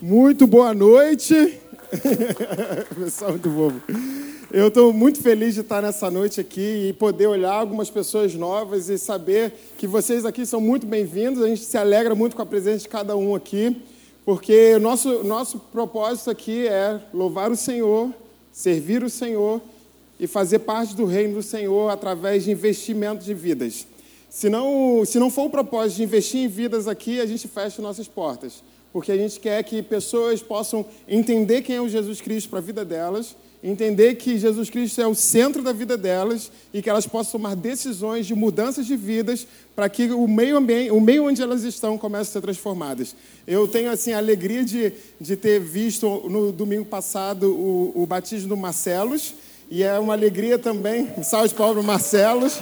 Muito boa noite. Pessoal, muito bobo. Eu estou muito feliz de estar nessa noite aqui e poder olhar algumas pessoas novas e saber que vocês aqui são muito bem-vindos. A gente se alegra muito com a presença de cada um aqui, porque o nosso propósito aqui é louvar o Senhor, servir o Senhor e fazer parte do reino do Senhor através de investimento de vidas. Se não for o propósito de investir em vidas aqui, a gente fecha nossas portas, porque a gente quer que pessoas possam entender quem é o Jesus Cristo para a vida delas, entender que Jesus Cristo é o centro da vida delas e que elas possam tomar decisões de mudanças de vidas para que o meio onde elas estão comece a ser transformadas. Eu tenho assim, a alegria de ter visto no domingo passado o batismo do Marcelos, e é uma alegria também, salve de palmas para o Marcelos.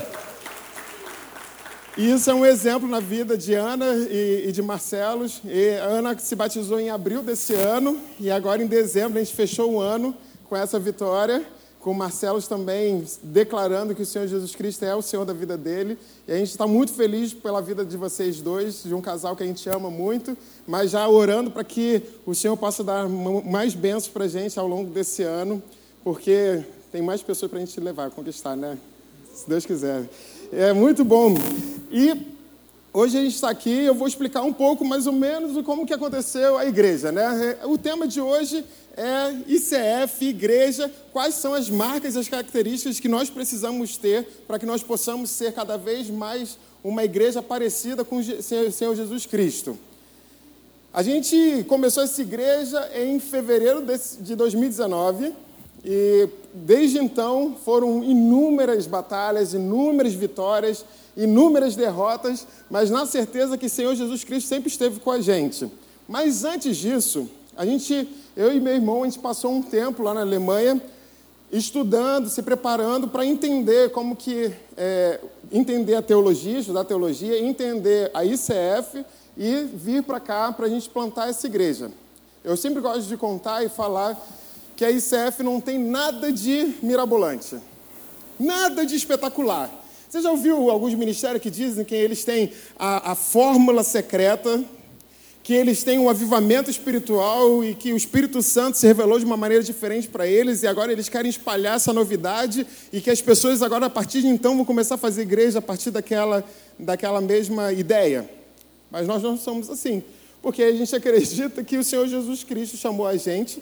E isso é um exemplo na vida de Ana e de Marcelos. E a Ana se batizou em abril desse ano, e agora em dezembro a gente fechou o ano com essa vitória, com o Marcelos também declarando que o Senhor Jesus Cristo é o Senhor da vida dele. E a gente está muito feliz pela vida de vocês dois, de um casal que a gente ama muito, mas já orando para que o Senhor possa dar mais bênçãos para a gente ao longo desse ano, porque tem mais pessoas para a gente levar, conquistar, né? Se Deus quiser. É muito bom. E hoje a gente está aqui, eu vou explicar um pouco mais ou menos de como que aconteceu a igreja, né? O tema de hoje é ICF, igreja, quais são as marcas e as características que nós precisamos ter para que nós possamos ser cada vez mais uma igreja parecida com o Senhor Jesus Cristo. A gente começou essa igreja em fevereiro de 2019, e desde então foram inúmeras batalhas, inúmeras vitórias, inúmeras derrotas, mas na certeza que o Senhor Jesus Cristo sempre esteve com a gente. Mas antes disso, eu e meu irmão, a gente passou um tempo lá na Alemanha estudando, se preparando para entender entender a teologia, estudar a teologia, entender a ICF e vir para cá para a gente plantar essa igreja. Eu sempre gosto de contar e falar que a ICF não tem nada de mirabolante, nada de espetacular. Você já ouviu alguns ministérios que dizem que eles têm a fórmula secreta, que eles têm um avivamento espiritual e que o Espírito Santo se revelou de uma maneira diferente para eles e agora eles querem espalhar essa novidade e que as pessoas agora, a partir de então, vão começar a fazer igreja a partir daquela mesma ideia? Mas nós não somos assim, porque a gente acredita que o Senhor Jesus Cristo chamou a gente,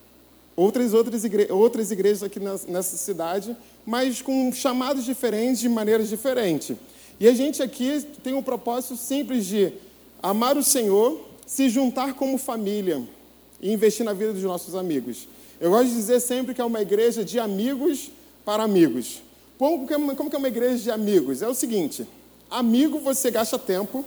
outras igrejas aqui nessa cidade, mas com chamados diferentes, de maneiras diferentes. E a gente aqui tem um propósito simples de amar o Senhor, se juntar como família e investir na vida dos nossos amigos. Eu gosto de dizer sempre que é uma igreja de amigos para amigos. Como que é uma igreja de amigos? É o seguinte: amigo você gasta tempo,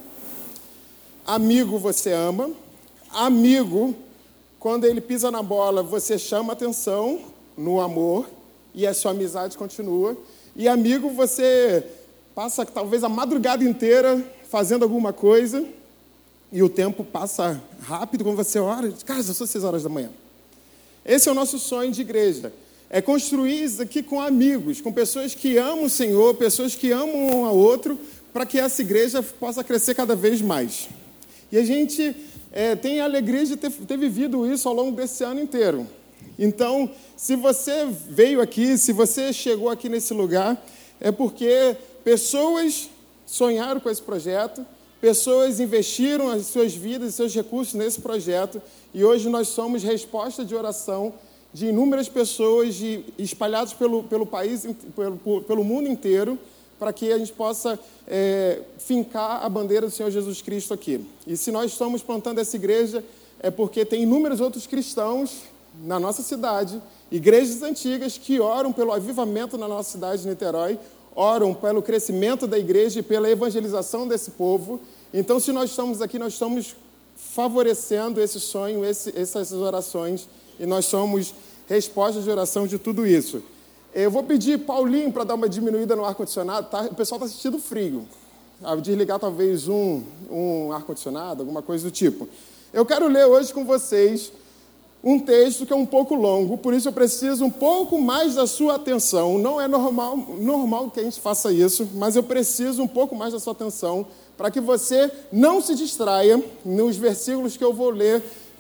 amigo você ama, amigo, quando ele pisa na bola, você chama atenção no amor e a sua amizade continua. E amigo, você passa talvez a madrugada inteira fazendo alguma coisa e o tempo passa rápido quando você ora. Cara, já são 6 horas da manhã. Esse é o nosso sonho de igreja. É construir isso aqui com amigos, com pessoas que amam o Senhor, pessoas que amam um ao outro, para que essa igreja possa crescer cada vez mais. E a gente tem a alegria de ter vivido isso ao longo desse ano inteiro. Então, se você veio aqui, se você chegou aqui nesse lugar, é porque pessoas sonharam com esse projeto, pessoas investiram as suas vidas e seus recursos nesse projeto, e hoje nós somos resposta de oração de inúmeras pessoas espalhadas pelo país, pelo mundo inteiro, para que a gente possa fincar a bandeira do Senhor Jesus Cristo aqui. E se nós estamos plantando essa igreja, é porque tem inúmeros outros cristãos na nossa cidade, igrejas antigas que oram pelo avivamento na nossa cidade de Niterói, oram pelo crescimento da igreja e pela evangelização desse povo. Então, se nós estamos aqui, nós estamos favorecendo esse sonho, essas orações, e nós somos respostas de oração de tudo isso. Eu vou pedir Paulinho para dar uma diminuída no ar-condicionado, tá? O pessoal está sentindo frio. Desligar talvez um ar-condicionado, alguma coisa do tipo. Eu quero ler hoje com vocês um texto que é um pouco longo, por isso eu preciso um pouco mais da sua atenção. Não é normal que a gente faça isso, mas eu preciso um pouco mais da sua atenção para que você não se distraia nos versículos que eu vou ler,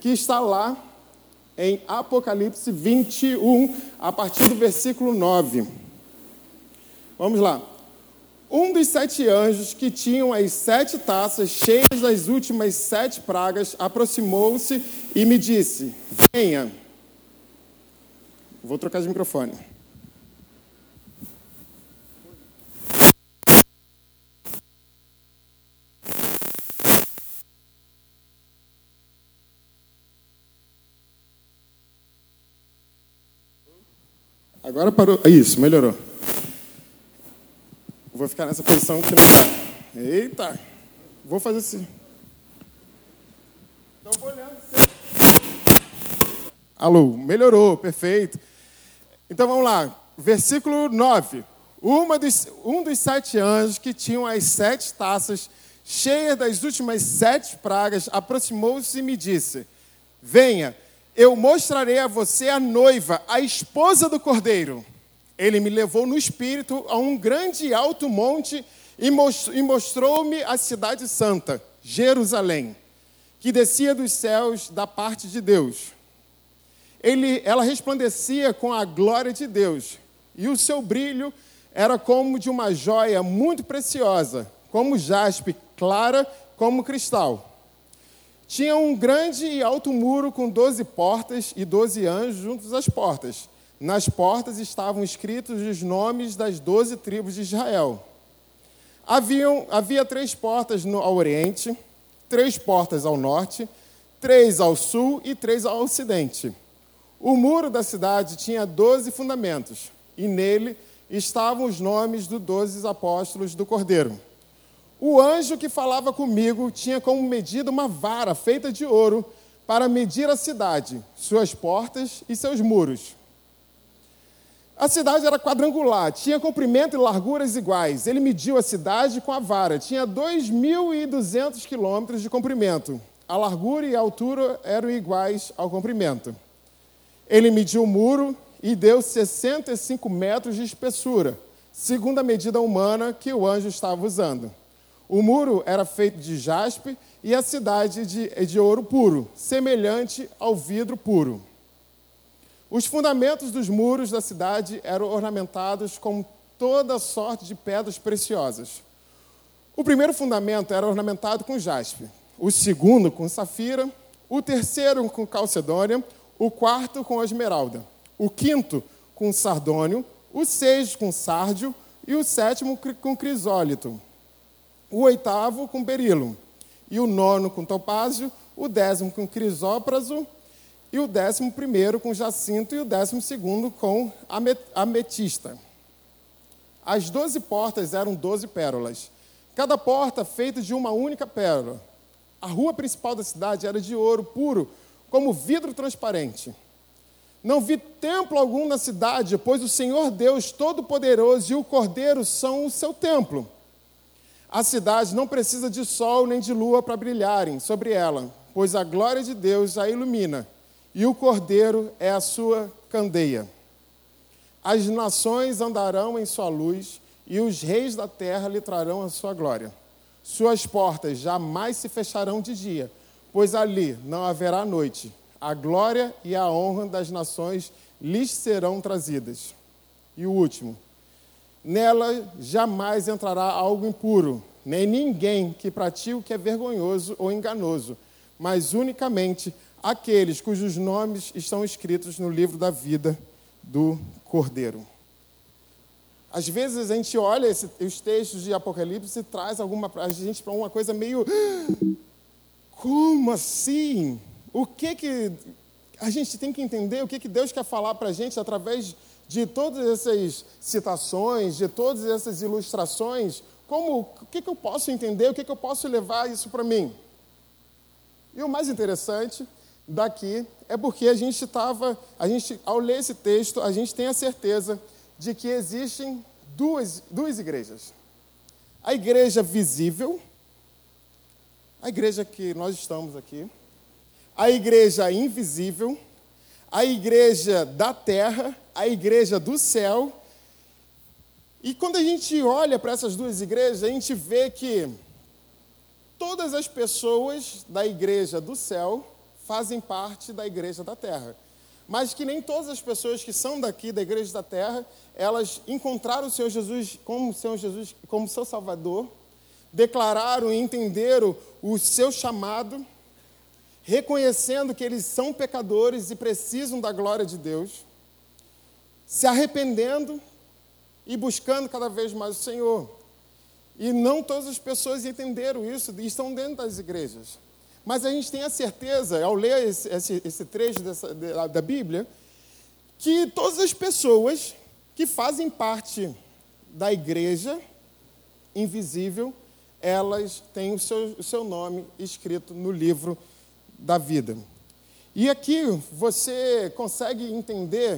que está lá em Apocalipse 21, a partir do versículo 9. Vamos lá. Um dos 7 anjos que tinham as 7 taças cheias das últimas 7 pragas aproximou-se e me disse: venha. Vou trocar de microfone. Agora parou. Isso, melhorou. Vou ficar nessa posição que não... Eita! Vou fazer assim. Então, vou olhando. Alô, melhorou, perfeito. Então, vamos lá. Versículo 9. Um dos 7 anjos que tinham as 7 taças cheias das últimas 7 pragas aproximou-se e me disse: venha, eu mostrarei a você a noiva, a esposa do Cordeiro. Ele me levou no espírito a um grande e alto monte e mostrou-me a cidade santa, Jerusalém, que descia dos céus da parte de Deus. Ela resplandecia com a glória de Deus, e o seu brilho era como de uma joia muito preciosa, como jaspe, clara como cristal. Tinha um grande e alto muro com 12 portas e 12 anjos juntos às portas. Nas portas estavam escritos os nomes das 12 tribos de Israel. Havia 3 portas ao oriente, 3 portas ao norte, 3 ao sul e 3 ao ocidente. O muro da cidade tinha 12 fundamentos, e nele estavam os nomes dos 12 apóstolos do Cordeiro. O anjo que falava comigo tinha como medida uma vara feita de ouro para medir a cidade, suas portas e seus muros. A cidade era quadrangular, tinha comprimento e larguras iguais. Ele mediu a cidade com a vara, tinha 2.200 quilômetros de comprimento. A largura e a altura eram iguais ao comprimento. Ele mediu o muro e deu 65 metros de espessura, segundo a medida humana que o anjo estava usando. O muro era feito de jaspe e a cidade de ouro puro, semelhante ao vidro puro. Os fundamentos dos muros da cidade eram ornamentados com toda sorte de pedras preciosas. O primeiro fundamento era ornamentado com jaspe, o segundo com safira, o terceiro com calcedônia, o quarto com esmeralda, o quinto com sardônio, o sexto com sárdio e o sétimo com crisólito, o oitavo com berilo, e o nono com topázio, o 10º com crisópraso, e o 11º com jacinto, e o 12º com ametista. As 12 portas eram 12 pérolas, cada porta feita de uma única pérola. A rua principal da cidade era de ouro puro, como vidro transparente. Não vi templo algum na cidade, pois o Senhor Deus Todo-Poderoso e o Cordeiro são o seu templo. A cidade não precisa de sol nem de lua para brilharem sobre ela, pois a glória de Deus a ilumina, e o Cordeiro é a sua candeia. As nações andarão em sua luz, e os reis da terra lhe trarão a sua glória. Suas portas jamais se fecharão de dia, pois ali não haverá noite. A glória e a honra das nações lhes serão trazidas. E o último: nela jamais entrará algo impuro, nem ninguém que pratique o que é vergonhoso ou enganoso, mas unicamente aqueles cujos nomes estão escritos no livro da vida do Cordeiro. Às vezes a gente olha os textos de Apocalipse e traz a gente para uma coisa meio... Como assim? O que a gente tem que entender? O que Deus quer falar para a gente através de todas essas citações, de todas essas ilustrações? O que eu posso entender? O que eu posso levar isso para mim? E o mais interessante daqui é porque ao ler esse texto, a gente tem a certeza de que existem duas igrejas. A igreja visível, a igreja que nós estamos aqui, a igreja invisível, a igreja da terra, a igreja do céu. E quando a gente olha para essas duas igrejas, a gente vê que todas as pessoas da igreja do céu fazem parte da Igreja da Terra. Mas que nem todas as pessoas que são daqui da Igreja da Terra, elas encontraram o Senhor Jesus como seu Salvador, declararam e entenderam o seu chamado, reconhecendo que eles são pecadores e precisam da glória de Deus, se arrependendo e buscando cada vez mais o Senhor. E não todas as pessoas entenderam isso e estão dentro das igrejas. Mas a gente tem a certeza, ao ler esse trecho da Bíblia, que todas as pessoas que fazem parte da igreja invisível, elas têm o seu nome escrito no livro da vida. E aqui você consegue entender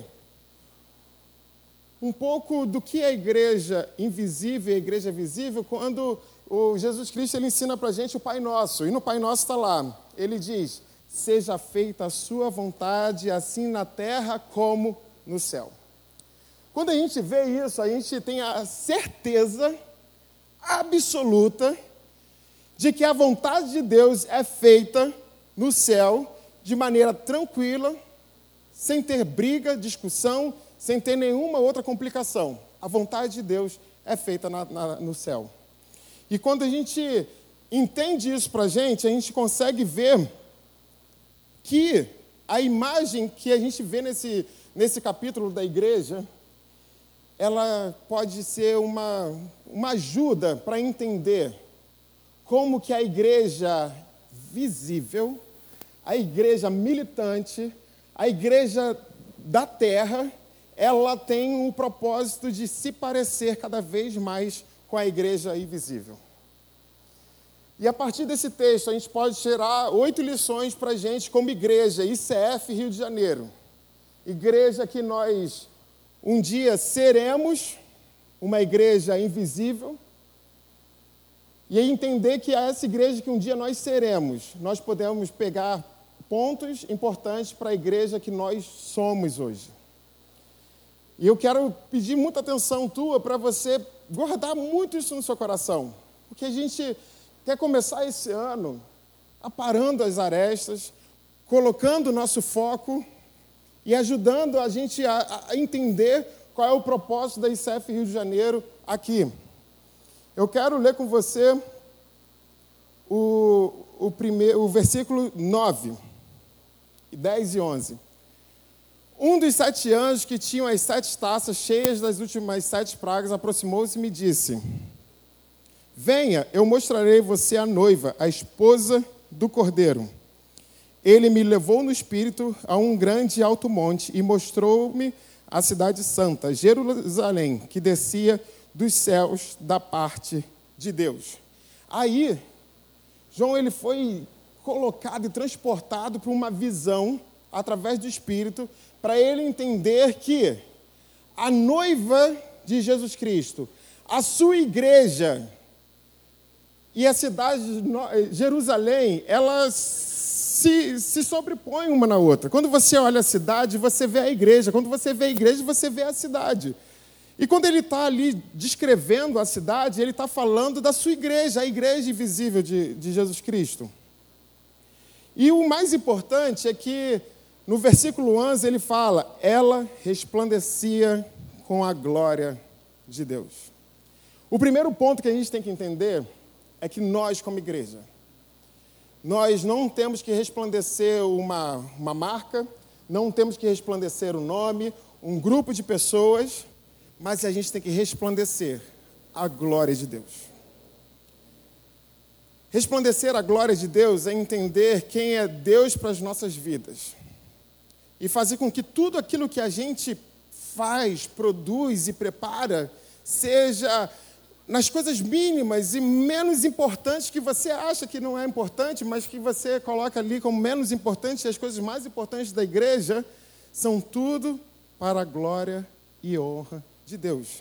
um pouco do que é a igreja invisível e a igreja visível quando o Jesus Cristo ele ensina para a gente o Pai Nosso. E no Pai Nosso está lá, ele diz, seja feita a sua vontade, assim na terra como no céu. Quando a gente vê isso, a gente tem a certeza absoluta de que a vontade de Deus é feita no céu de maneira tranquila, sem ter briga, discussão, sem ter nenhuma outra complicação. A vontade de Deus é feita no céu. E quando a gente entende isso para a gente consegue ver que a imagem que a gente vê nesse capítulo da igreja, ela pode ser uma ajuda para entender como que a igreja visível, a igreja militante, a igreja da terra, ela tem o propósito de se parecer cada vez mais com a igreja invisível. E a partir desse texto, a gente pode tirar 8 lições para a gente como igreja, ICF Rio de Janeiro. Igreja que nós um dia seremos uma igreja invisível, e aí entender que essa igreja que um dia nós seremos, nós podemos pegar pontos importantes para a igreja que nós somos hoje. E eu quero pedir muita atenção tua para você guardar muito isso no seu coração, porque a gente quer começar esse ano aparando as arestas, colocando o nosso foco e ajudando a gente a entender qual é o propósito da ICF Rio de Janeiro aqui. Eu quero ler com você o versículo 9, 10 e 11. Um dos 7 anjos que tinham as 7 taças cheias das últimas 7 pragas aproximou-se e me disse, venha, eu mostrarei você a noiva, a esposa do Cordeiro. Ele me levou no espírito a um grande e alto monte e mostrou-me a cidade santa, Jerusalém, que descia dos céus da parte de Deus. Aí, João ele foi colocado e transportado para uma visão através do Espírito, para ele entender que a noiva de Jesus Cristo, a sua igreja e a cidade de Jerusalém, elas se sobrepõem uma na outra. Quando você olha a cidade, você vê a igreja. Quando você vê a igreja, você vê a cidade. E quando ele está ali descrevendo a cidade, ele está falando da sua igreja, a igreja invisível de Jesus Cristo. E o mais importante é que no versículo 11 ele fala, ela resplandecia com a glória de Deus. O primeiro ponto que a gente tem que entender é que nós, como igreja, nós não temos que resplandecer uma marca, não temos que resplandecer o nome, um grupo de pessoas, mas a gente tem que resplandecer a glória de Deus. Resplandecer a glória de Deus é entender quem é Deus para as nossas vidas. E fazer com que tudo aquilo que a gente faz, produz e prepara, seja nas coisas mínimas e menos importantes que você acha que não é importante, mas que você coloca ali como menos importante, e as coisas mais importantes da igreja são tudo para a glória e honra de Deus.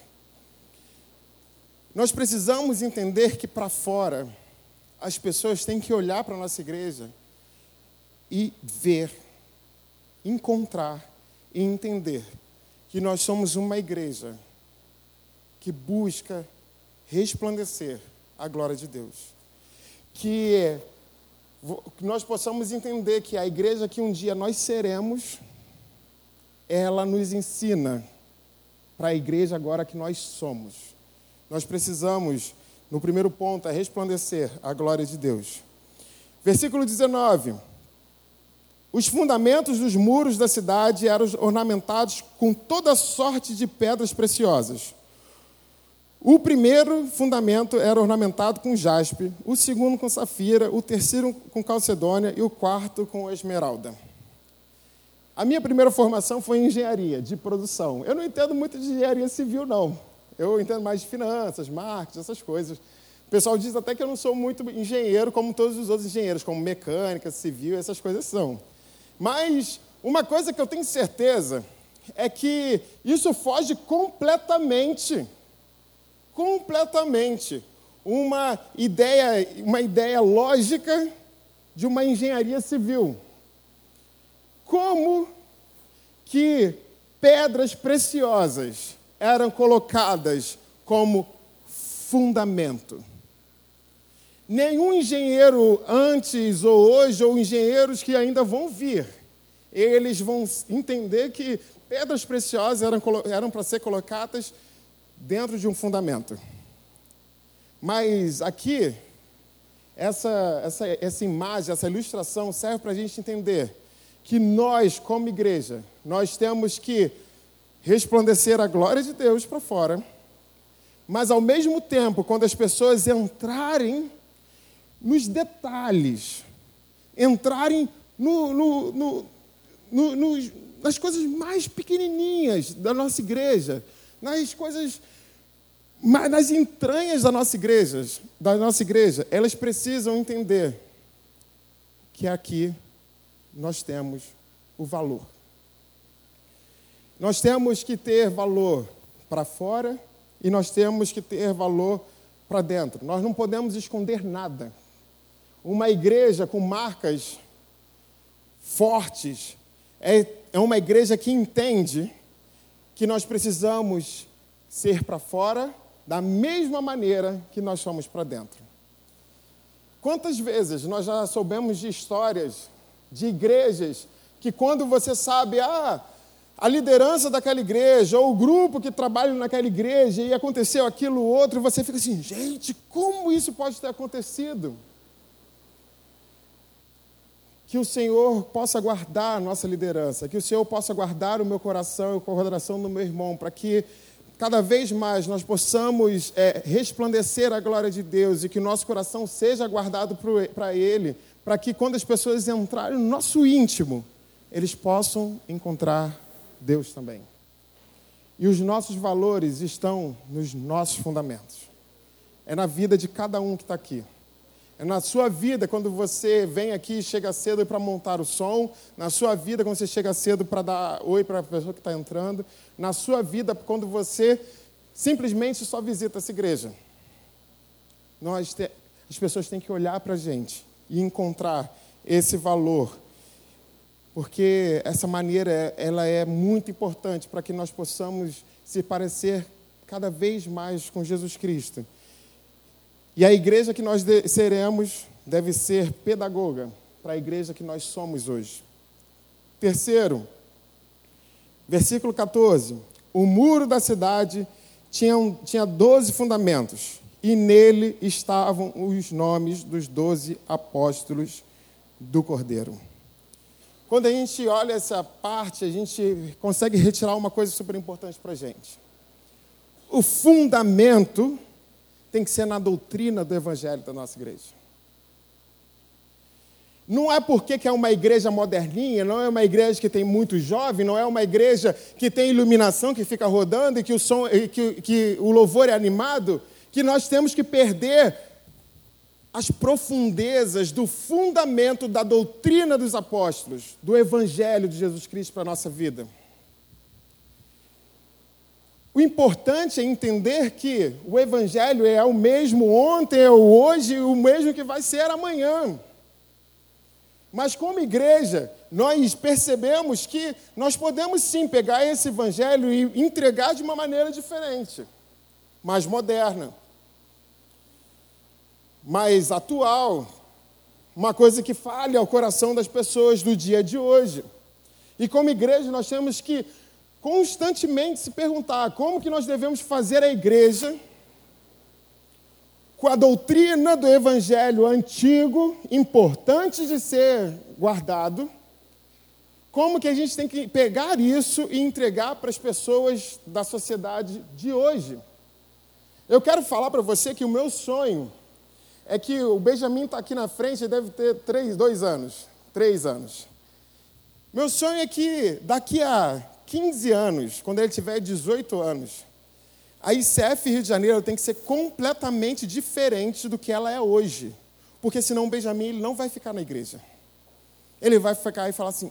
Nós precisamos entender que para fora, as pessoas têm que olhar para a nossa igreja e ver, encontrar e entender que nós somos uma igreja que busca resplandecer a glória de Deus. Que que nós possamos entender que a igreja que um dia nós seremos, ela nos ensina para a igreja agora que nós somos. Nós precisamos, no primeiro ponto, é resplandecer a glória de Deus. Versículo 19. Os fundamentos dos muros da cidade eram ornamentados com toda sorte de pedras preciosas. O primeiro fundamento era ornamentado com jaspe, o segundo com safira, o terceiro com calcedônia e o quarto com esmeralda. A minha primeira formação foi em engenharia de produção. Eu não entendo muito de engenharia civil, não. Eu entendo mais de finanças, marketing, essas coisas. O pessoal diz até que eu não sou muito engenheiro como todos os outros engenheiros, como mecânica, civil, essas coisas são. Mas uma coisa que eu tenho certeza é que isso foge completamente uma ideia lógica de uma engenharia civil. Como que pedras preciosas eram colocadas como fundamento? Nenhum engenheiro antes ou hoje, ou engenheiros que ainda vão vir, eles vão entender que pedras preciosas eram para ser colocadas dentro de um fundamento. Mas aqui, essa imagem, essa ilustração serve para a gente entender que nós, como igreja, nós temos que resplandecer a glória de Deus para fora, mas ao mesmo tempo, quando as pessoas entrarem nos detalhes, entrarem nas coisas mais pequenininhas da nossa igreja, nas entranhas da nossa igreja, elas precisam entender que aqui nós temos o valor. Nós temos que ter valor para fora e nós temos que ter valor para dentro. Nós não podemos esconder nada. Uma igreja com marcas fortes é uma igreja que entende que nós precisamos ser para fora da mesma maneira que nós somos para dentro. Quantas vezes nós já soubemos de histórias de igrejas que quando você sabe, a liderança daquela igreja, ou o grupo que trabalha naquela igreja, e aconteceu aquilo outro, e você fica assim, gente, como isso pode ter acontecido? Que o Senhor possa guardar a nossa liderança, que o Senhor possa guardar o meu coração e o coração do meu irmão, para que cada vez mais nós possamos resplandecer a glória de Deus e que o nosso coração seja guardado para Ele, para que quando as pessoas entrarem no nosso íntimo, eles possam encontrar Deus também. E os nossos valores estão nos nossos fundamentos. É na vida de cada um que está aqui. É na sua vida, quando você vem aqui e chega cedo para montar o som, na sua vida, quando você chega cedo para dar oi para a pessoa que está entrando, na sua vida, quando você simplesmente só visita essa igreja. As pessoas têm que olhar para a gente e encontrar esse valor, porque essa maneira ela é muito importante para que nós possamos se parecer cada vez mais com Jesus Cristo. E a igreja que nós seremos deve ser pedagoga para a igreja que nós somos hoje. Terceiro, versículo 14. O muro da cidade tinha 12 fundamentos, e nele estavam os nomes dos 12 apóstolos do Cordeiro. Quando a gente olha essa parte, a gente consegue retirar uma coisa super importante para a gente. O fundamento tem que ser na doutrina do Evangelho da nossa igreja. Não é porque que é uma igreja moderninha, não é uma igreja que tem muito jovem, não é uma igreja que tem iluminação, que fica rodando e que o louvor é animado, que nós temos que perder as profundezas do fundamento da doutrina dos apóstolos, do Evangelho de Jesus Cristo para a nossa vida. O importante é entender que o Evangelho é o mesmo ontem, é o hoje, o mesmo que vai ser amanhã. Mas como igreja, nós percebemos que nós podemos sim pegar esse Evangelho e entregar de uma maneira diferente, mais moderna, mais atual, uma coisa que fale ao coração das pessoas do dia de hoje. E como igreja, nós temos que constantemente se perguntar como que nós devemos fazer a igreja com a doutrina do evangelho antigo, importante de ser guardado, como que a gente tem que pegar isso e entregar para as pessoas da sociedade de hoje. Eu quero falar para você que o meu sonho é que o Benjamin está aqui na frente, deve ter 3 anos. Meu sonho é que daqui a 15 anos, quando ele tiver 18 anos, a ICF Rio de Janeiro tem que ser completamente diferente do que ela é hoje. Porque senão o Benjamin ele não vai ficar na igreja. Ele vai ficar e falar assim,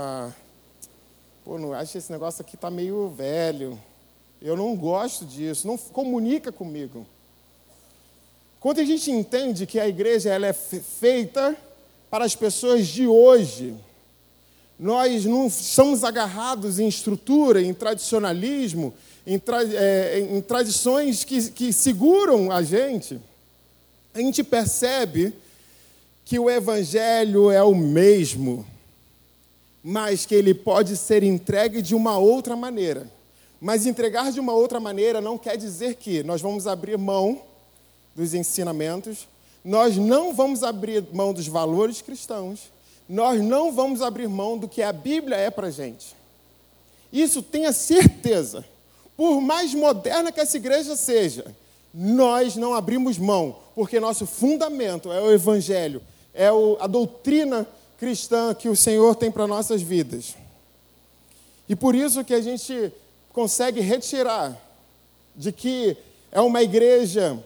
não acho que esse negócio aqui está meio velho. Eu não gosto disso, não comunica comigo. Quando a gente entende que a igreja ela é feita para as pessoas de hoje, nós não somos agarrados em estrutura, em tradicionalismo, em tradições que seguram a gente percebe que o evangelho é o mesmo, mas que ele pode ser entregue de uma outra maneira. Mas entregar de uma outra maneira não quer dizer que nós vamos abrir mão dos ensinamentos, nós não vamos abrir mão dos valores cristãos, nós não vamos abrir mão do que a Bíblia é para a gente. Isso tenha certeza. Por mais moderna que essa igreja seja, nós não abrimos mão, porque nosso fundamento é o Evangelho, é a doutrina cristã que o Senhor tem para nossas vidas. E por isso que a gente consegue retirar de que é uma igreja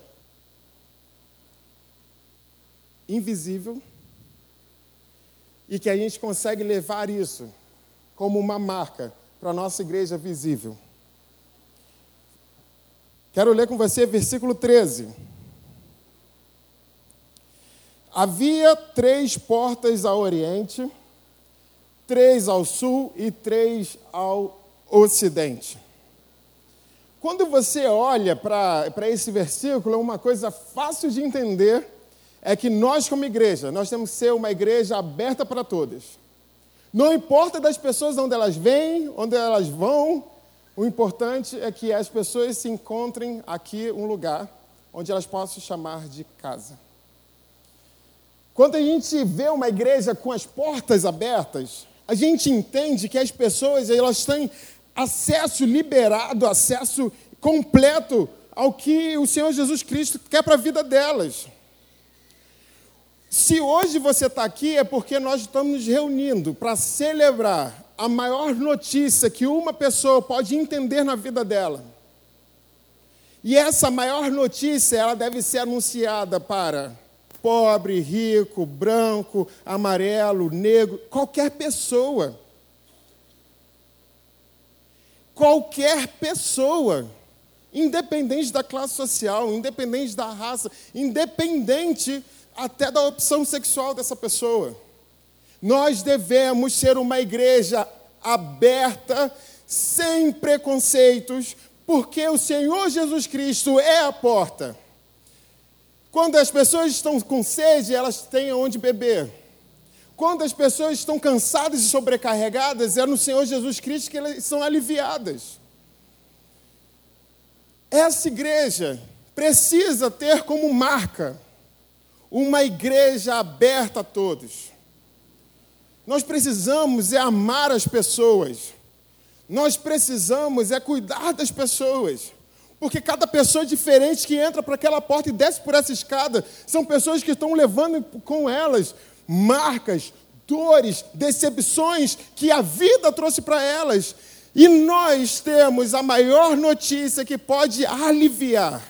invisível e que a gente consegue levar isso como uma marca para a nossa igreja visível. Quero ler com você versículo 13. Havia 3 portas ao oriente, 3 ao sul e 3 ao ocidente. Quando você olha para esse versículo, uma coisa fácil de entender é que nós, como igreja, nós temos que ser uma igreja aberta para todas. Não importa das pessoas onde elas vêm, onde elas vão, o importante é que as pessoas se encontrem aqui um lugar onde elas possam chamar de casa. Quando a gente vê uma igreja com as portas abertas, a gente entende que as pessoas elas têm acesso liberado, acesso completo ao que o Senhor Jesus Cristo quer para a vida delas. Se hoje você está aqui é porque nós estamos nos reunindo para celebrar a maior notícia que uma pessoa pode entender na vida dela. E essa maior notícia, ela deve ser anunciada para pobre, rico, branco, amarelo, negro, qualquer pessoa. Qualquer pessoa, independente da classe social, independente da raça, independente até da opção sexual dessa pessoa. Nós devemos ser uma igreja aberta, sem preconceitos, porque o Senhor Jesus Cristo é a porta. Quando as pessoas estão com sede, elas têm onde beber. Quando as pessoas estão cansadas e sobrecarregadas, é no Senhor Jesus Cristo que elas são aliviadas. Essa igreja precisa ter como marca uma igreja aberta a todos. Nós precisamos amar as pessoas. Nós precisamos cuidar das pessoas. Porque cada pessoa diferente que entra para aquela porta e desce por essa escada, são pessoas que estão levando com elas marcas, dores, decepções que a vida trouxe para elas. E nós temos a maior notícia que pode aliviar.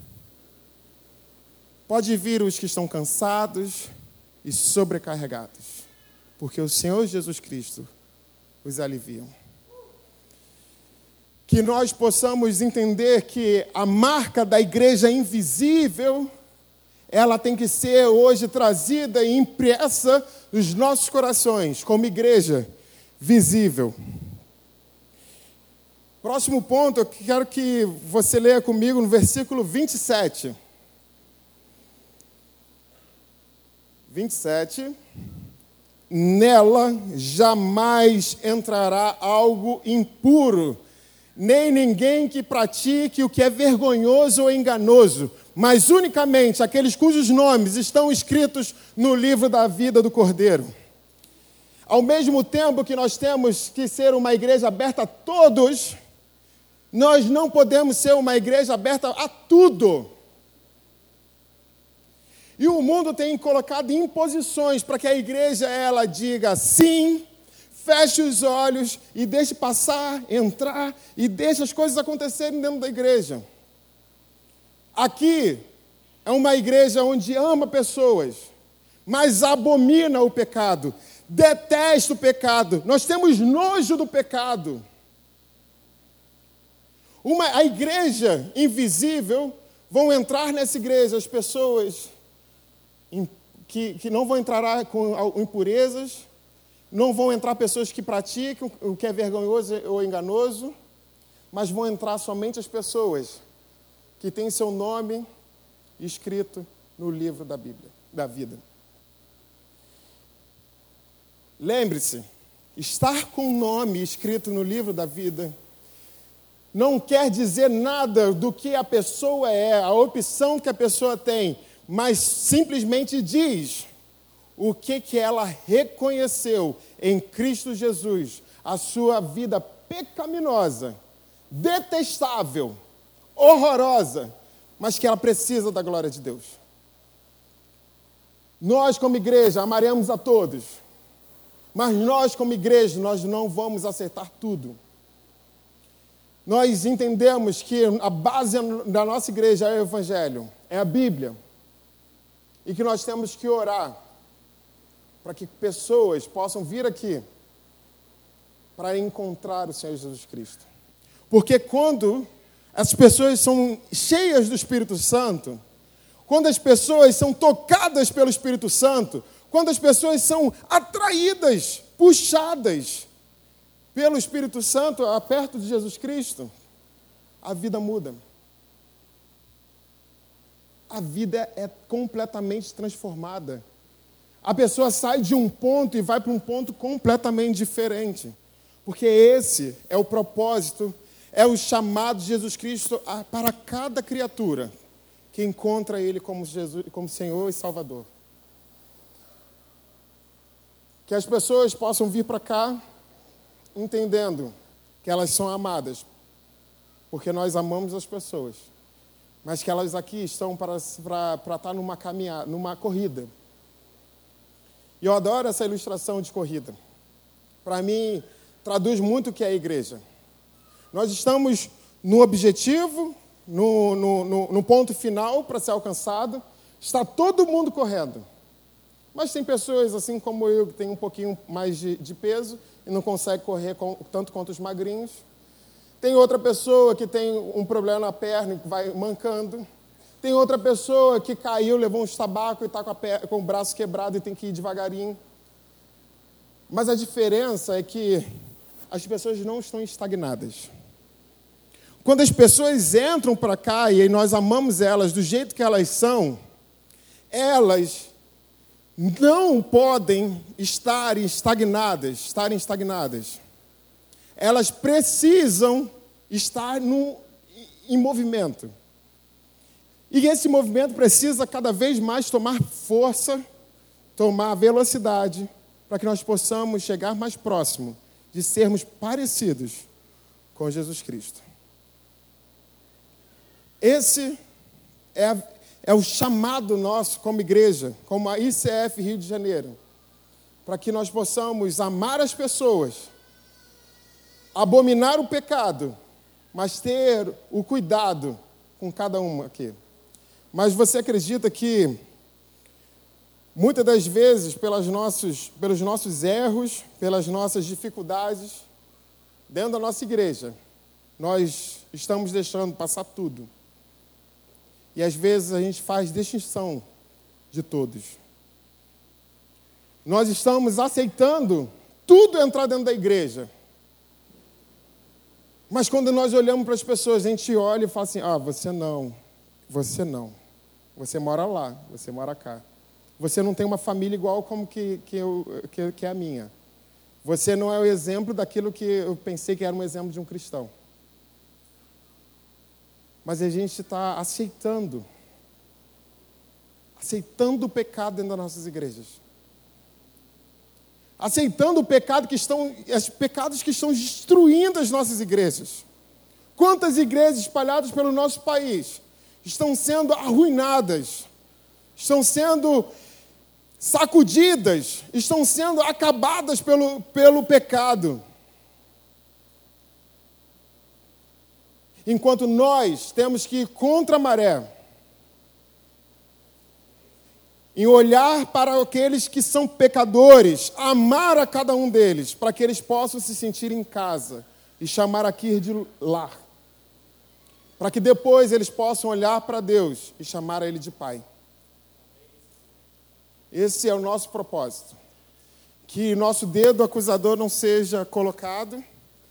Pode vir os que estão cansados e sobrecarregados, porque o Senhor Jesus Cristo os alivia. Que nós possamos entender que a marca da igreja invisível, ela tem que ser hoje trazida e impressa nos nossos corações, como igreja visível. Próximo ponto, eu quero que você leia comigo no versículo 27. 27. Nela jamais entrará algo impuro, nem ninguém que pratique o que é vergonhoso ou enganoso, mas unicamente aqueles cujos nomes estão escritos no livro da vida do Cordeiro. Ao mesmo tempo que nós temos que ser uma igreja aberta a todos, nós não podemos ser uma igreja aberta a tudo. E o mundo tem colocado imposições para que a igreja ela diga sim, feche os olhos e deixe passar, entrar e deixe as coisas acontecerem dentro da igreja. Aqui é uma igreja onde ama pessoas, mas abomina o pecado, detesta o pecado. Nós temos nojo do pecado. A igreja invisível, vão entrar nessa igreja as pessoas que não vão entrar com impurezas, não vão entrar pessoas que praticam o que é vergonhoso ou enganoso, mas vão entrar somente as pessoas que têm seu nome escrito no livro da Bíblia, da vida. Lembre-se, estar com o nome escrito no livro da vida não quer dizer nada do que a pessoa é, a opção que a pessoa tem, mas simplesmente diz o que ela reconheceu em Cristo Jesus, a sua vida pecaminosa, detestável, horrorosa, mas que ela precisa da glória de Deus. Nós, como igreja, amaremos a todos, mas nós, como igreja, nós não vamos aceitar tudo. Nós entendemos que a base da nossa igreja é o Evangelho, é a Bíblia. E que nós temos que orar para que pessoas possam vir aqui para encontrar o Senhor Jesus Cristo. Porque quando as pessoas são cheias do Espírito Santo, quando as pessoas são tocadas pelo Espírito Santo, quando as pessoas são atraídas, puxadas pelo Espírito Santo a perto de Jesus Cristo, a vida muda. A vida é completamente transformada. A pessoa sai de um ponto e vai para um ponto completamente diferente. Porque esse é o propósito, é o chamado de Jesus Cristo para cada criatura que encontra Ele como Senhor e Salvador. Que as pessoas possam vir para cá entendendo que elas são amadas, porque nós amamos as pessoas. Mas que elas aqui estão para estar numa caminhada, numa corrida. E eu adoro essa ilustração de corrida. Para mim, traduz muito o que é a igreja. Nós estamos no objetivo, no ponto final para ser alcançado. Está todo mundo correndo. Mas tem pessoas, assim como eu, que tem um pouquinho mais de peso e não consegue correr tanto quanto os magrinhos. Tem outra pessoa que tem um problema na perna e vai mancando. Tem outra pessoa que caiu, levou uns tabacos e está com o braço quebrado e tem que ir devagarinho. Mas a diferença é que as pessoas não estão estagnadas. Quando as pessoas entram para cá e nós amamos elas do jeito que elas são, elas não podem estar estagnadas. Elas precisam estar em movimento. E esse movimento precisa cada vez mais tomar força, tomar velocidade, para que nós possamos chegar mais próximo de sermos parecidos com Jesus Cristo. Esse é o chamado nosso como igreja, como a ICF Rio de Janeiro, para que nós possamos amar as pessoas, abominar o pecado, mas ter o cuidado com cada uma aqui. Mas você acredita que, muitas das vezes, pelos nossos erros, pelas nossas dificuldades, dentro da nossa igreja, nós estamos deixando passar tudo. E às vezes a gente faz distinção de todos. Nós estamos aceitando tudo entrar dentro da igreja. Mas quando nós olhamos para as pessoas, a gente olha e fala assim, você não. Você mora lá, você mora cá. Você não tem uma família igual como que é a minha. Você não é o exemplo daquilo que eu pensei que era um exemplo de um cristão. Mas a gente está aceitando o pecado dentro das nossas igrejas. Aceitando o pecado os pecados que estão destruindo as nossas igrejas. Quantas igrejas espalhadas pelo nosso país estão sendo arruinadas, estão sendo sacudidas, estão sendo acabadas pelo pecado. Enquanto nós temos que ir contra a maré, em olhar para aqueles que são pecadores, amar a cada um deles, para que eles possam se sentir em casa e chamar aqui de lar. Para que depois eles possam olhar para Deus e chamar a Ele de Pai. Esse é o nosso propósito. Que nosso dedo acusador não seja colocado,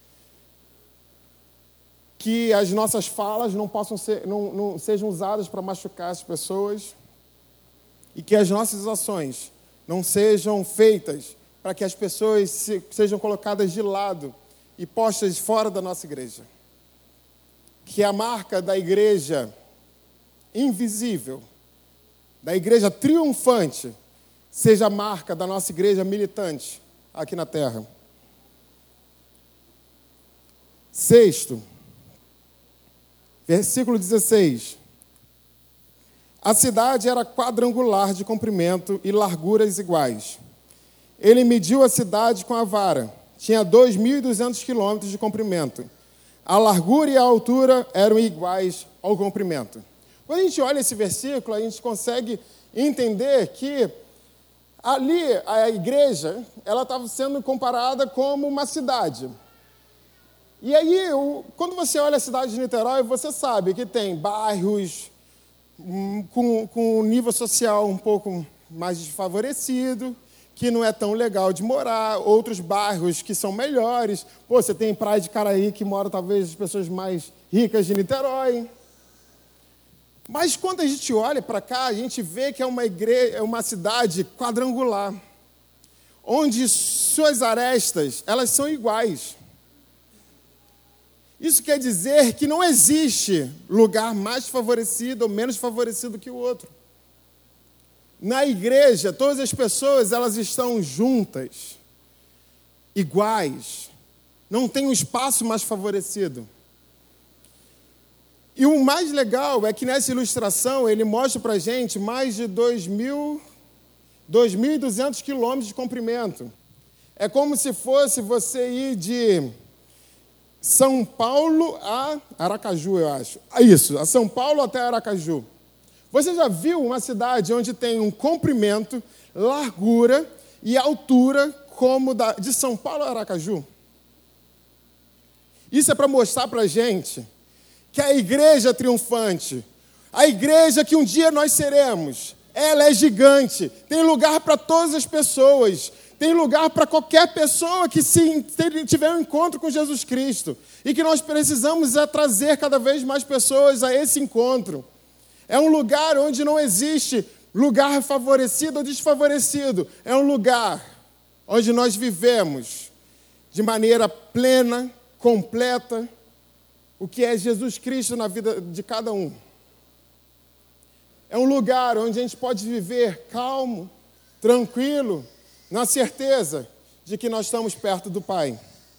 que as nossas falas não sejam usadas para machucar as pessoas, e que as nossas ações não sejam feitas para que as pessoas sejam colocadas de lado e postas fora da nossa igreja. Que a marca da igreja invisível, da igreja triunfante, seja a marca da nossa igreja militante aqui na terra. Sexto, versículo 16. A cidade era quadrangular de comprimento e larguras iguais. Ele mediu a cidade com a vara. Tinha 2.200 quilômetros de comprimento. A largura e a altura eram iguais ao comprimento. Quando a gente olha esse versículo, a gente consegue entender que ali a igreja ela estava sendo comparada como uma cidade. E aí, quando você olha a cidade de Niterói, você sabe que tem bairros com um nível social um pouco mais desfavorecido, que não é tão legal de morar, outros bairros que são melhores. Você tem Praia de Caraí, que mora talvez as pessoas mais ricas de Niterói. Mas quando a gente olha para cá, a gente vê que é uma cidade quadrangular, onde suas arestas elas são iguais. Isso quer dizer que não existe lugar mais favorecido ou menos favorecido que o outro. Na igreja, todas as pessoas elas estão juntas, iguais. Não tem um espaço mais favorecido. E o mais legal é que nessa ilustração ele mostra para a gente mais de 2.200 quilômetros de comprimento. É como se fosse você ir de São Paulo a Aracaju, eu acho. Isso, a São Paulo até Aracaju. Você já viu uma cidade onde tem um comprimento, largura e altura como de São Paulo a Aracaju? Isso é para mostrar para a gente que a igreja triunfante, a igreja que um dia nós seremos, ela é gigante, tem lugar para todas as pessoas, tem lugar para qualquer pessoa que tiver um encontro com Jesus Cristo. E que nós precisamos trazer cada vez mais pessoas a esse encontro. É um lugar onde não existe lugar favorecido ou desfavorecido. É um lugar onde nós vivemos de maneira plena, completa, o que é Jesus Cristo na vida de cada um. É um lugar onde a gente pode viver calmo, tranquilo, na certeza de que nós estamos perto do Pai.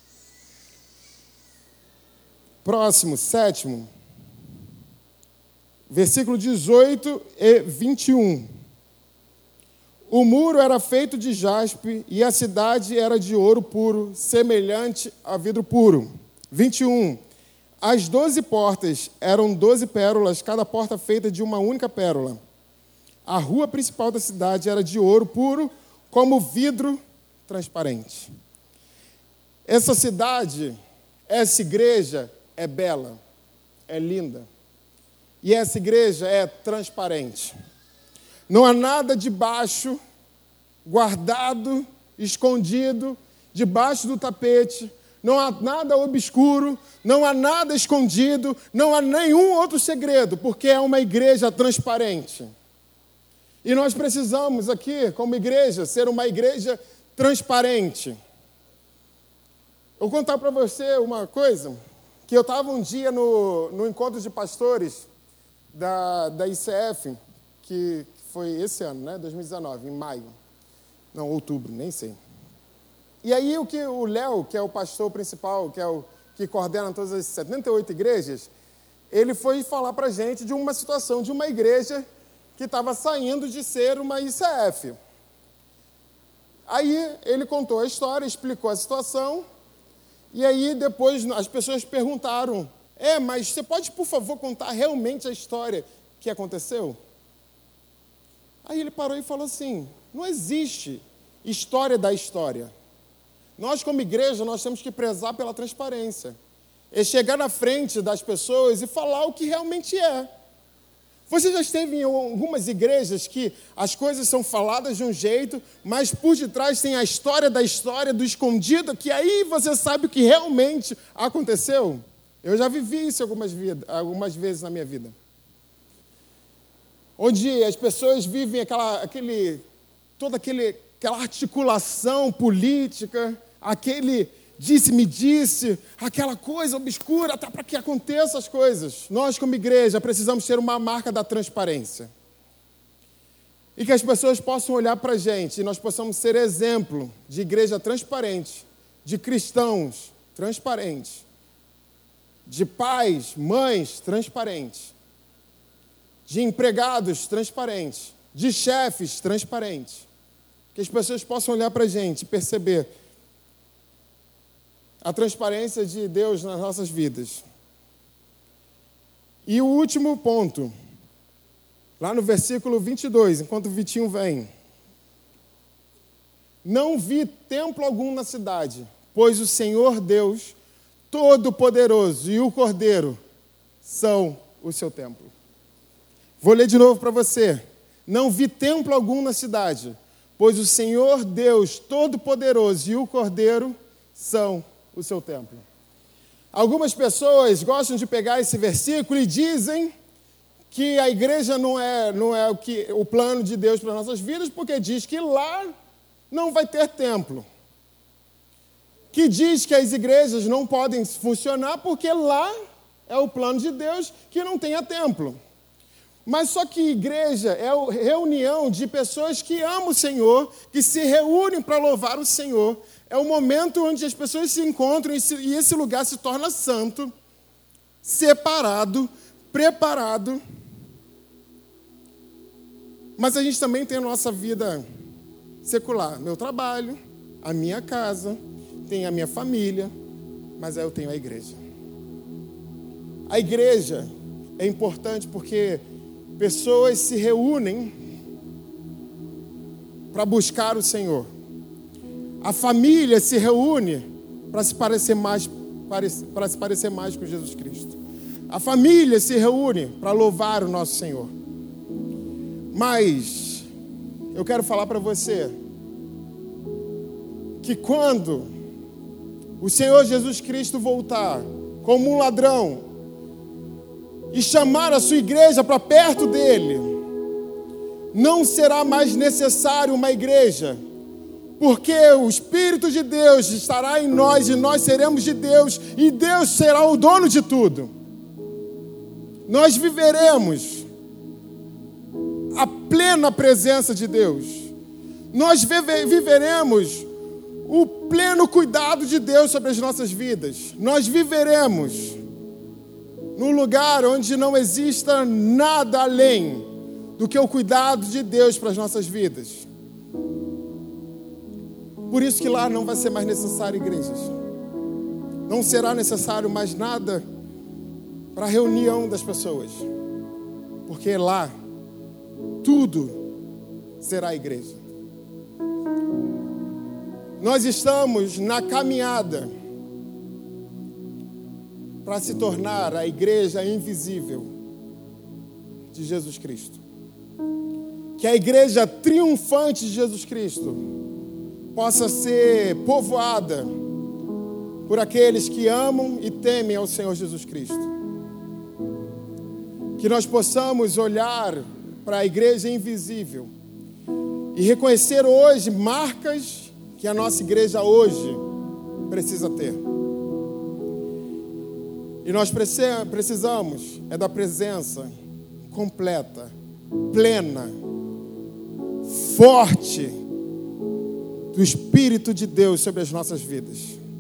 Próximo, sétimo, versículo 18 e 21. O muro era feito de jaspe e a cidade era de ouro puro, semelhante a vidro puro. 21. As 12 portas eram 12 pérolas, cada porta feita de uma única pérola. A rua principal da cidade era de ouro puro, como vidro transparente. Essa cidade, essa igreja é bela, é linda. E essa igreja é transparente. Não há nada debaixo, guardado, escondido, debaixo do tapete. Não há nada obscuro, não há nada escondido, não há nenhum outro segredo, porque é uma igreja transparente. E nós precisamos aqui, como igreja, ser uma igreja transparente. Eu vou contar para você uma coisa, que eu estava um dia no encontro de pastores da ICF, que foi esse ano, né, 2019, em maio. Não, outubro, nem sei. E aí o Léo, que é o pastor principal, que coordena todas as 78 igrejas, ele foi falar para a gente de uma situação de uma igreja que estava saindo de ser uma ICF. Aí ele contou a história, explicou a situação, e aí depois as pessoas perguntaram, mas você pode, por favor, contar realmente a história que aconteceu? Aí ele parou e falou assim, não existe história da história. Nós, como igreja, nós temos que prezar pela transparência. É chegar na frente das pessoas e falar o que realmente é. Você já esteve em algumas igrejas que as coisas são faladas de um jeito, mas por detrás tem a história da história, do escondido, que aí você sabe o que realmente aconteceu? Eu já vivi isso algumas vezes na minha vida. Onde as pessoas vivem aquela articulação política, aquele disse-me disse, aquela coisa obscura, até para que aconteçam as coisas. Nós, como igreja, precisamos ter uma marca da transparência. E que as pessoas possam olhar para a gente e nós possamos ser exemplo de igreja transparente, de cristãos transparentes, de pais, mães transparentes, de empregados transparentes, de chefes transparentes. Que as pessoas possam olhar para a gente e perceber a transparência de Deus nas nossas vidas. E o último ponto, lá no versículo 22, enquanto o Vitinho vem. Não vi templo algum na cidade, pois o Senhor Deus Todo-Poderoso e o Cordeiro são o seu templo. Vou ler de novo para você. Não vi templo algum na cidade, pois o Senhor Deus Todo-Poderoso e o Cordeiro são o seu templo. Algumas pessoas gostam de pegar esse versículo e dizem que a igreja não é o plano de Deus para as nossas vidas, porque diz que lá não vai ter templo. Que diz que as igrejas não podem funcionar porque lá é o plano de Deus que não tenha templo. Mas só que igreja é a reunião de pessoas que amam o Senhor, que se reúnem para louvar o Senhor. É o momento onde as pessoas se encontram e esse lugar se torna santo, separado, preparado. Mas a gente também tem a nossa vida secular. Meu trabalho, a minha casa, tem a minha família, mas aí eu tenho a igreja. A igreja é importante porque pessoas se reúnem para buscar o Senhor. A família se reúne para se parecer mais com Jesus Cristo. A família se reúne para louvar o nosso Senhor. Mas eu quero falar para você que quando o Senhor Jesus Cristo voltar como um ladrão e chamar a sua igreja para perto dele, não será mais necessário uma igreja, porque o Espírito de Deus estará em nós e nós seremos de Deus e Deus será o dono de tudo. Nós viveremos a plena presença de Deus. Nós viveremos o pleno cuidado de Deus sobre as nossas vidas. Nós viveremos num lugar onde não exista nada além do que o cuidado de Deus para as nossas vidas. Por isso que lá não vai ser mais necessário igrejas. Não será necessário mais nada para a reunião das pessoas. Porque lá, tudo será igreja. Nós estamos na caminhada para se tornar a igreja invisível de Jesus Cristo. Que a igreja triunfante de Jesus Cristo possa ser povoada por aqueles que amam e temem ao Senhor Jesus Cristo. Que nós possamos olhar para a igreja invisível e reconhecer hoje marcas que a nossa igreja hoje precisa ter. E nós precisamos da presença completa, plena, forte do Espírito de Deus sobre as nossas vidas.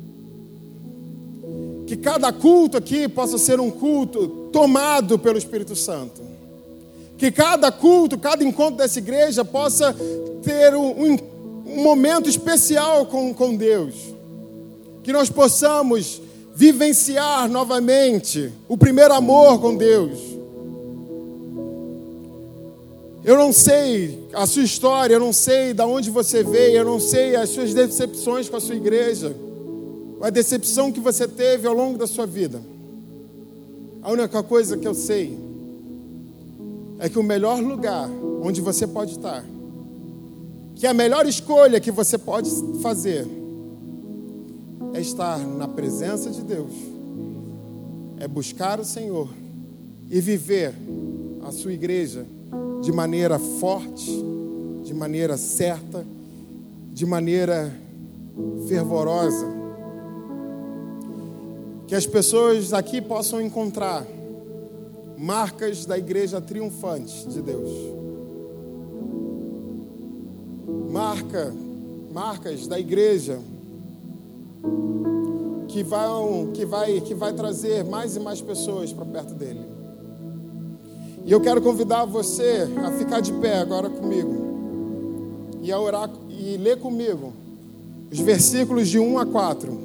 Que cada culto aqui possa ser um culto tomado pelo Espírito Santo. Que cada culto, cada encontro dessa igreja possa ter um momento especial com Deus. Que nós possamos vivenciar novamente o primeiro amor com Deus. Eu não sei a sua história, eu não sei de onde você veio, eu não sei as suas decepções com a sua igreja, a decepção que você teve ao longo da sua vida. A única coisa que eu sei é que o melhor lugar onde você pode estar, que a melhor escolha que você pode fazer, é estar na presença de Deus, é buscar o Senhor e viver a sua igreja de maneira forte, de maneira certa, de maneira fervorosa. Que as pessoas aqui possam encontrar marcas da igreja triunfante de Deus. Marcas da igreja que vai trazer mais e mais pessoas para perto dele. E eu quero convidar você a ficar de pé agora comigo e a orar e ler comigo os versículos de 1 a 4.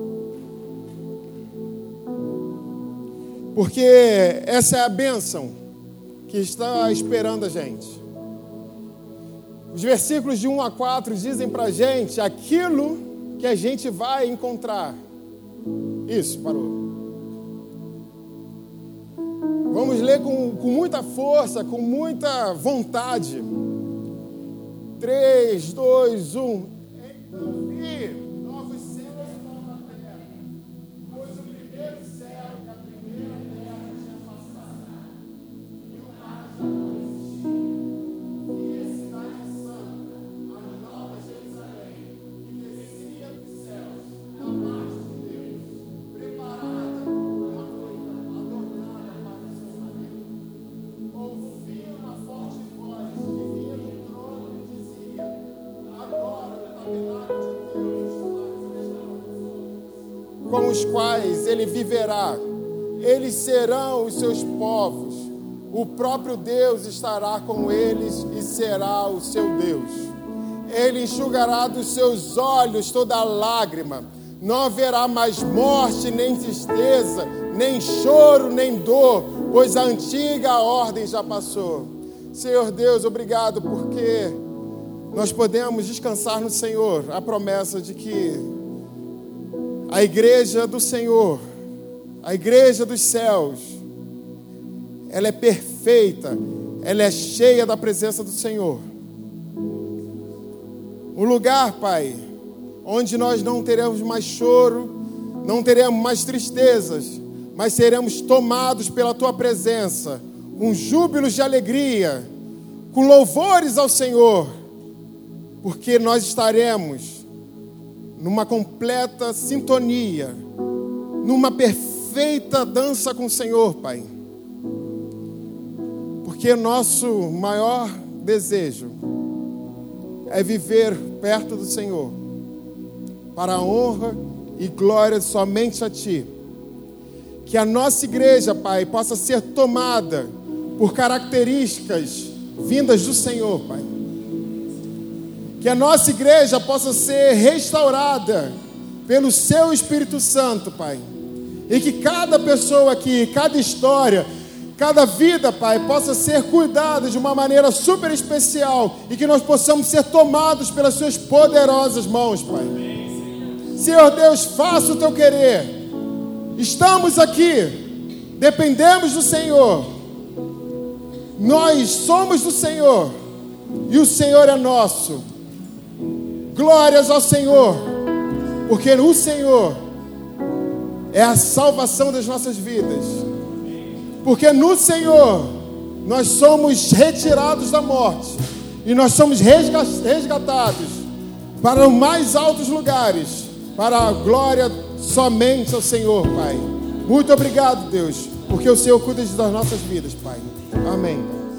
Porque essa é a bênção que está esperando a gente. Os versículos de 1 a 4 dizem para a gente aquilo que a gente vai encontrar. Isso, parou. Vamos ler com muita força, com muita vontade. 3, 2, 1. E novos céus e nova terra, pois o primeiro céu e a primeira terra tinha passado, e o mar já não existia. E a cidade santa, a nova Jerusalém, que descia dos céus, da parte de Deus, preparada como uma noiva, adornada para o seu marido. Ouvi uma forte voz que vinha do trono e dizia: agora o tabernáculo de Deus com os quais ele viverá, eles serão os seus povos, o próprio Deus estará com eles e será o seu Deus. Ele enxugará dos seus olhos toda lágrima, não haverá mais morte, nem tristeza, nem choro, nem dor, pois a antiga ordem já passou. Senhor Deus, obrigado porque nós podemos descansar no Senhor, a promessa de que a igreja do Senhor, a igreja dos céus, ela é perfeita, ela é cheia da presença do Senhor. Um lugar, Pai, onde nós não teremos mais choro, não teremos mais tristezas, mas seremos tomados pela Tua presença, com júbilos de alegria, com louvores ao Senhor, porque nós estaremos numa completa sintonia, numa perfeita dança com o Senhor, Pai. Porque nosso maior desejo é viver perto do Senhor, para a honra e glória somente a Ti. Que a nossa igreja, Pai, possa ser tomada por características vindas do Senhor, Pai. Que a nossa igreja possa ser restaurada pelo Seu Espírito Santo, Pai. E que cada pessoa aqui, cada história, cada vida, Pai, possa ser cuidada de uma maneira super especial. E que nós possamos ser tomados pelas Suas poderosas mãos, Pai. Senhor Deus, faça o Teu querer. Estamos aqui, dependemos do Senhor. Nós somos do Senhor e o Senhor é nosso. Glórias ao Senhor, porque o Senhor é a salvação das nossas vidas. Porque no Senhor nós somos retirados da morte e nós somos resgatados para os mais altos lugares, para a glória somente ao Senhor, Pai. Muito obrigado, Deus, porque o Senhor cuida das nossas vidas, Pai. Amém.